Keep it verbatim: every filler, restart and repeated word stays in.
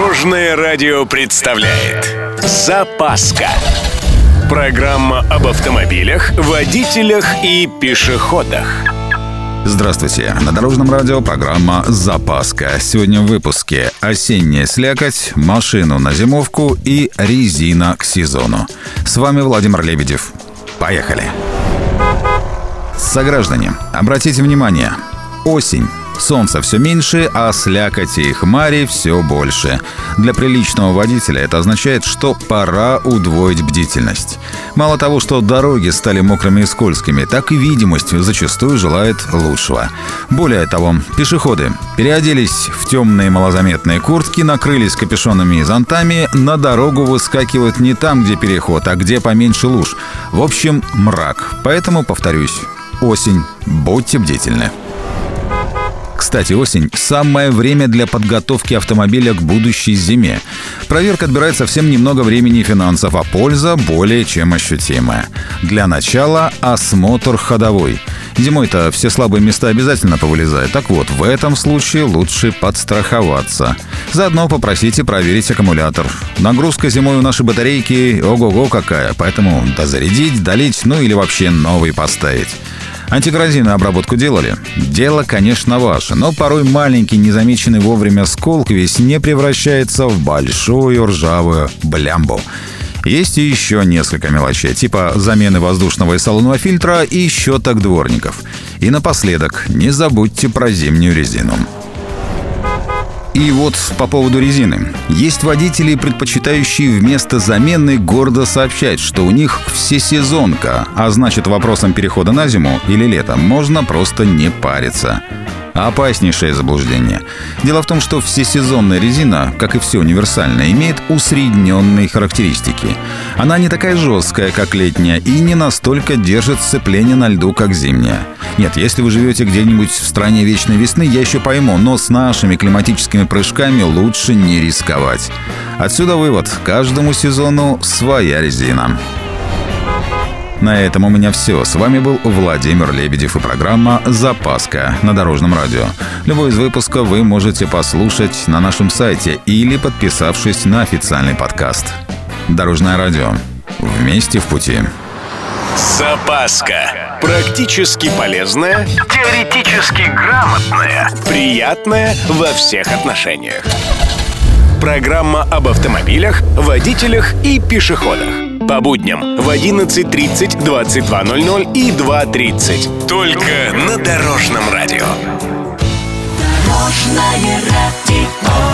Дорожное радио представляет «Запаска». Программа об автомобилях, водителях и пешеходах. Здравствуйте. На Дорожном радио программа «Запаска». Сегодня в выпуске осенняя слякоть, машину на зимовку и резина к сезону. С вами Владимир Лебедев. Поехали. Сограждане, обратите внимание. Осень. Солнца все меньше, а слякоти и хмари все больше. Для приличного водителя это означает, что пора удвоить бдительность. Мало того, что дороги стали мокрыми и скользкими, так и видимость зачастую желает лучшего. Более того, пешеходы переоделись в темные малозаметные куртки, накрылись капюшонами и зонтами, на дорогу выскакивают не там, где переход, а где поменьше луж. В общем, мрак. Поэтому, повторюсь, осень. Будьте бдительны. Кстати, осень – самое время для подготовки автомобиля к будущей зиме. Проверка отбирает совсем немного времени и финансов, а польза более чем ощутимая. Для начала осмотр ходовой. Зимой-то все слабые места обязательно повылезают. Так вот, в этом случае лучше подстраховаться. Заодно попросите проверить аккумулятор. Нагрузка зимой у нашей батарейки ого-го какая, поэтому дозарядить, долить, ну или вообще новый поставить. Антикоррозийную обработку делали? Дело, конечно, ваше, но порой маленький, незамеченный вовремя скол к весне превращается в большую ржавую блямбу. Есть и еще несколько мелочей, типа замены воздушного и салонного фильтра и щеток дворников. И напоследок, не забудьте про зимнюю резину. И вот по поводу резины. Есть водители, предпочитающие вместо замены гордо сообщать, что у них всесезонка, а значит, вопросом перехода на зиму или лето можно просто не париться. Опаснейшее заблуждение. Дело в том, что всесезонная резина, как и все универсальное, имеет усредненные характеристики. Она не такая жесткая, как летняя, и не настолько держит сцепление на льду, как зимняя. Нет, если вы живете где-нибудь в стране вечной весны, я еще пойму, но с нашими климатическими прыжками лучше не рисковать. Отсюда вывод: каждому сезону своя резина. На этом у меня все. С вами был Владимир Лебедев и программа «Запаска» на Дорожном радио. Любой из выпусков вы можете послушать на нашем сайте или подписавшись на официальный подкаст. Дорожное радио. Вместе в пути. Запаска. Практически полезная, теоретически грамотная, приятная во всех отношениях. Программа об автомобилях, водителях и пешеходах. По будням в одиннадцать тридцать, двадцать два ноль ноль и два тридцать. Только на Дорожном радио. Дорожное радио.